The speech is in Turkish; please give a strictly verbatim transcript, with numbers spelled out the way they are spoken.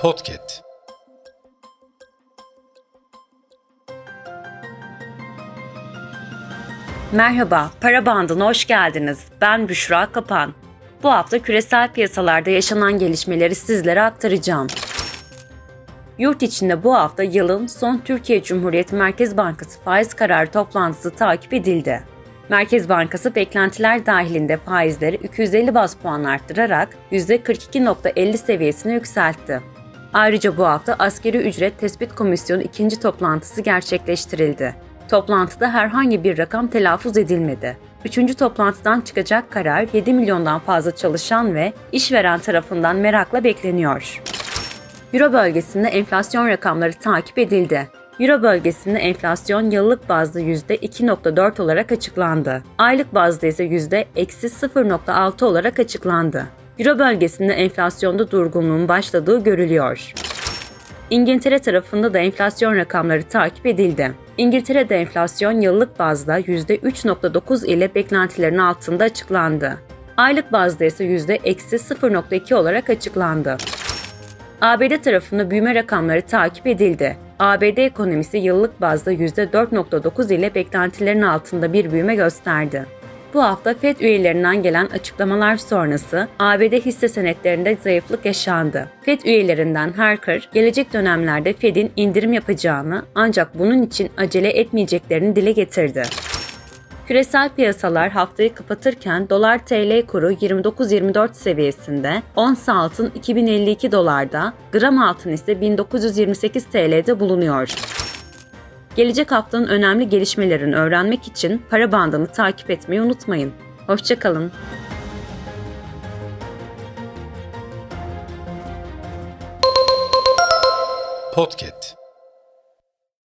Podcast. Merhaba, Para Bandı'na hoş geldiniz. Ben Büşra Kapan. Bu hafta küresel piyasalarda yaşanan gelişmeleri sizlere aktaracağım. Yurt içinde bu hafta yılın son Türkiye Cumhuriyeti Merkez Bankası faiz kararı toplantısı takip edildi. Merkez Bankası beklentiler dahilinde faizleri iki yüz elli baz puan arttırarak yüzde kırk iki virgül elli seviyesine yükseltti. Ayrıca bu hafta Asgari Ücret Tespit Komisyonu ikinci toplantısı gerçekleştirildi. Toplantıda herhangi bir rakam telaffuz edilmedi. Üçüncü toplantıdan çıkacak karar yedi milyondan fazla çalışan ve işveren tarafından merakla bekleniyor. Euro bölgesinde enflasyon rakamları takip edildi. Euro bölgesinde enflasyon yıllık bazda yüzde iki virgül dört olarak açıklandı. Aylık bazda ise yüzde sıfır virgül altı olarak açıklandı. Euro bölgesinde enflasyonda durgunluğun başladığı görülüyor. İngiltere tarafında da enflasyon rakamları takip edildi. İngiltere'de enflasyon yıllık bazda yüzde üç virgül dokuz ile beklentilerin altında açıklandı. Aylık bazda ise yüzde sıfır virgül iki olarak açıklandı. A B D tarafında büyüme rakamları takip edildi. A B D ekonomisi yıllık bazda yüzde dört virgül dokuz ile beklentilerin altında bir büyüme gösterdi. Bu hafta Fed üyelerinden gelen açıklamalar sonrası A B D hisse senetlerinde zayıflık yaşandı. Fed üyelerinden Harker, gelecek dönemlerde Fed'in indirim yapacağını ancak bunun için acele etmeyeceklerini dile getirdi. Küresel piyasalar haftayı kapatırken dolar T L kuru yirmi dokuz yirmi dört seviyesinde, ons altın iki bin elli iki dolarda, gram altın ise bin dokuz yüz yirmi sekiz T L'de bulunuyor. Gelecek haftanın önemli gelişmelerini öğrenmek için Para Bandı'nı takip etmeyi unutmayın. Hoşça kalın. Podcast.